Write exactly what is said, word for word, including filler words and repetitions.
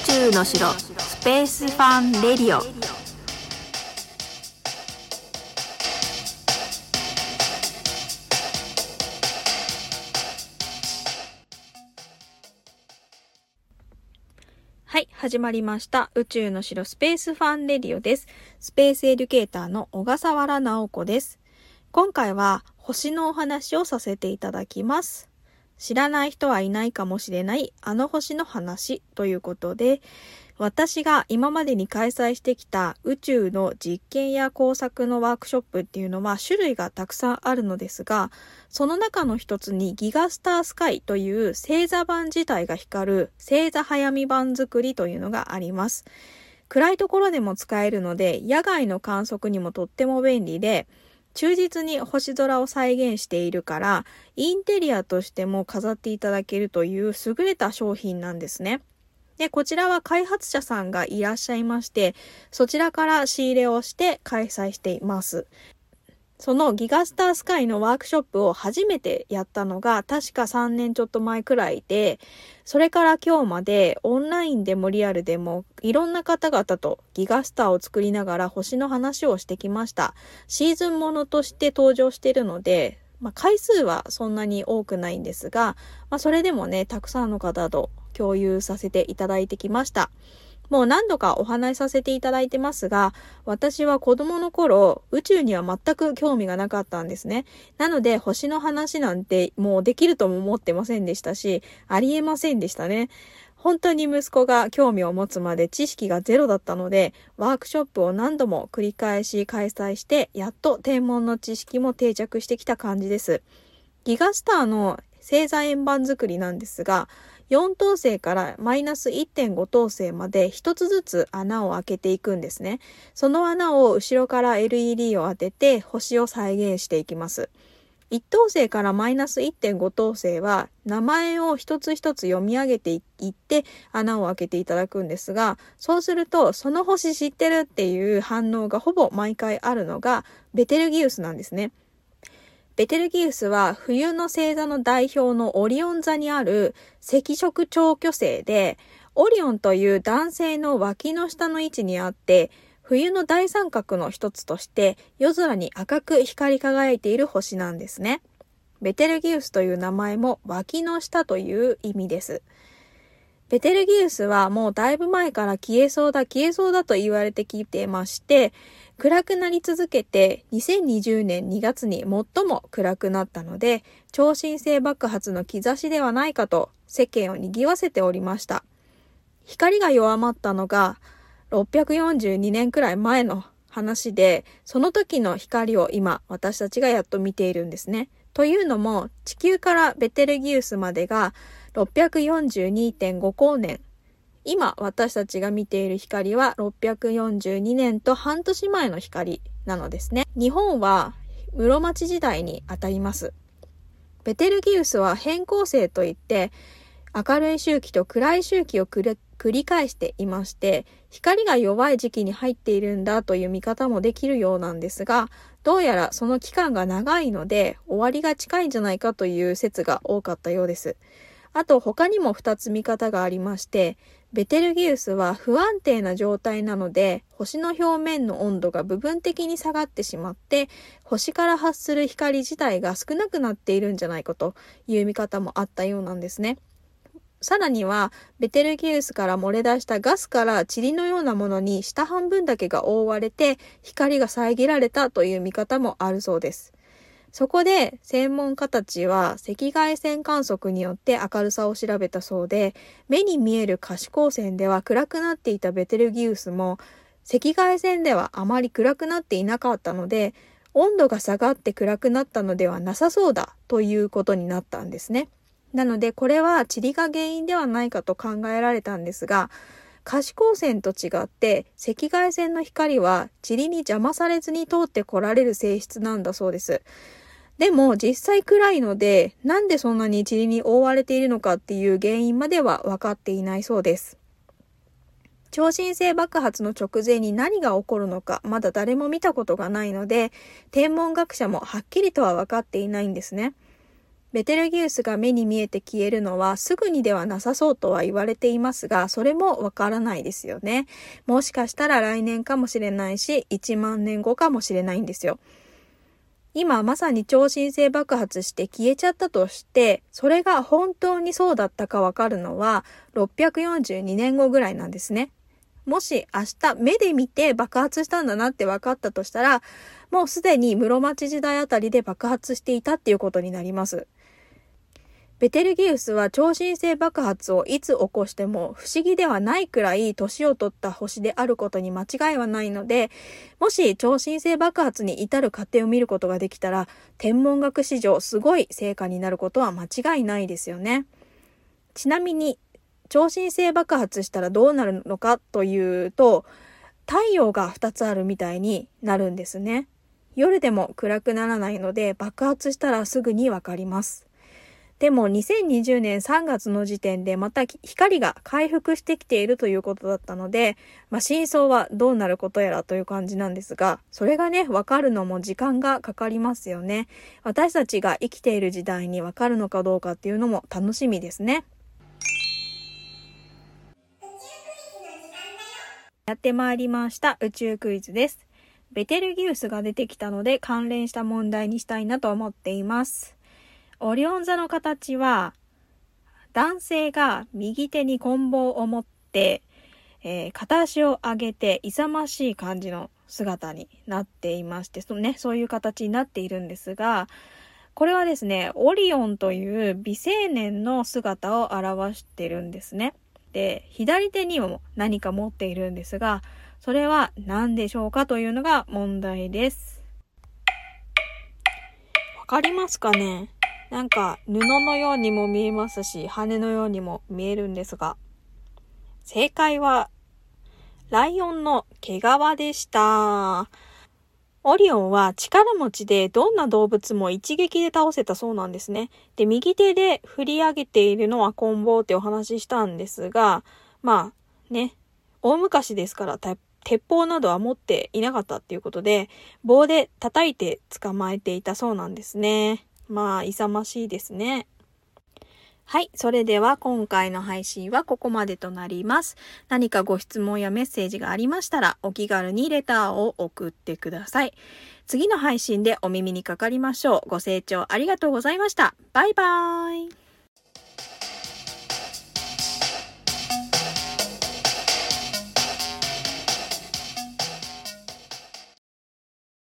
宙の城スペースファンレディオ。はい、始まりました。宇宙の城スペースファンレディオです。スペースエデュケーターの小笠原直子です。今回は星のお話をさせていただきます。知らない人はいないかもしれないあの星の話ということで、私が今までに開催してきた宇宙の実験や工作のワークショップっていうのは種類がたくさんあるのですが、その中の一つにギガスタースカイという星座板自体が光る星座早見板作りというのがあります。暗いところでも使えるので、野外の観測にもとっても便利で、忠実に星空を再現しているから、インテリアとしても飾っていただけるという優れた商品なんですね。で、こちらは開発者さんがいらっしゃいまして、そちらから仕入れをして開催しています。そのギガスタースカイのワークショップを初めてやったのが確かさんねんちょっと前くらいで、それから今日までオンラインでもリアルでもいろんな方々とギガスターを作りながら星の話をしてきました。シーズンものとして登場しているので、まあ、回数はそんなに多くないんですが、まあ、それでもね、たくさんの方と共有させていただいてきました。もう何度かお話しさせていただいてますが、私は子供の頃、宇宙には全く興味がなかったんですね。なので、星の話なんてもうできるとも思ってませんでしたし、ありえませんでしたね。本当に息子が興味を持つまで知識がゼロだったので、ワークショップを何度も繰り返し開催して、やっと天文の知識も定着してきた感じです。ギガスターの星座円盤作りなんですが、よん等星からマイナス いってんご 等星まで一つずつ穴を開けていくんですね。その穴を後ろから エルイーディー を当てて星を再現していきます。いち等星からマイナス いってんご 等星は名前を一つ一つ読み上げていって穴を開けていただくんですが、そうするとその星知ってるっていう反応がほぼ毎回あるのがベテルギウスなんですね。ベテルギウスは冬の星座の代表のオリオン座にある赤色超巨星で、オリオンという男性の脇の下の位置にあって、冬の大三角の一つとして夜空に赤く光り輝いている星なんですね。ベテルギウスという名前も脇の下という意味です。ベテルギウスはもうだいぶ前から消えそうだ消えそうだと言われてきてまして、暗くなり続けてにせんにじゅうねんにがつに最も暗くなったので、超新星爆発の兆しではないかと世間を賑わせておりました。光が弱まったのがろっぴゃくよんじゅうにねんくらい前の話で、その時の光を今私たちがやっと見ているんですね。というのも、地球からベテルギウスまでが ろっぴゃくよんじゅうにてんご 光年。今私たちが見ている光はろっぴゃくよんじゅうにねんと半年前の光なのですね。日本は室町時代にあたります。ベテルギウスは変更星といって、明るい周期と暗い周期を繰り返していまして、光が弱い時期に入っているんだという見方もできるようなんですが、どうやらその期間が長いので終わりが近いんじゃないかという説が多かったようです。あと他にもふたつ見方がありまして、ベテルギウスは不安定な状態なので、星の表面の温度が部分的に下がってしまって、星から発する光自体が少なくなっているんじゃないかという見方もあったようなんですね。さらには、ベテルギウスから漏れ出したガスから塵のようなものに下半分だけが覆われて、光が遮られたという見方もあるそうです。そこで専門家たちは赤外線観測によって明るさを調べたそうで、目に見える可視光線では暗くなっていたベテルギウスも赤外線ではあまり暗くなっていなかったので、温度が下がって暗くなったのではなさそうだということになったんですね。なのでこれは塵が原因ではないかと考えられたんですが、可視光線と違って赤外線の光は塵に邪魔されずに通ってこられる性質なんだそうです。でも実際暗いので、なんでそんなに塵に覆われているのかっていう原因までは分かっていないそうです。超新星爆発の直前に何が起こるのかまだ誰も見たことがないので、天文学者もはっきりとは分かっていないんですね。 ベテルギウスが目に見えて消えるのはすぐにではなさそうとは言われていますが、それもわからないですよね。もしかしたら来年かもしれないし、いちまんねんごかもしれないんですよ。今まさに超新星爆発して消えちゃったとして、それが本当にそうだったかわかるのはろっぴゃくよんじゅうにねんごぐらいなんですね。もし明日目で見て爆発したんだなって分かったとしたら、もうすでに室町時代あたりで爆発していたっていうことになります。ベテルギウスは超新星爆発をいつ起こしても不思議ではないくらい年を取った星であることに間違いはないので、もし超新星爆発に至る過程を見ることができたら、天文学史上すごい成果になることは間違いないですよね。ちなみに超新星爆発したらどうなるのかというと、太陽がふたつあるみたいになるんですね。夜でも暗くならないので爆発したらすぐにわかります。でもにせんにじゅうねんさんがつの時点でまた光が回復してきているということだったので、まあ、真相はどうなることやらという感じなんですが、それがね、わかるのも時間がかかりますよね。私たちが生きている時代にわかるのかどうかっていうのも楽しみですね。やってまいりました宇宙クイズです。ベテルギウスが出てきたので関連した問題にしたいなと思っています。オリオン座の形は男性が右手に棍棒を持って、えー、片足を上げて勇ましい感じの姿になっていまして、そ、ね、そういう形になっているんですが、これはですね、オリオンという美青年の姿を表しているんですね。で、左手にも何か持っているんですが、それは何でしょうかというのが問題です。わかりますかね？なんか布のようにも見えますし、羽のようにも見えるんですが、正解はライオンの毛皮でした。オリオンは力持ちでどんな動物も一撃で倒せたそうなんですね。で、右手で振り上げているのは棍棒ってお話ししたんですが、まあね、大昔ですから鉄砲などは持っていなかったっていうことで、棒で叩いて捕まえていたそうなんですね。まあ、勇ましいですね。はい。それでは今回の配信はここまでとなります。何かご質問やメッセージがありましたらお気軽にレターを送ってください。次の配信でお耳にかかりましょう。ご清聴ありがとうございました。バイバーイ。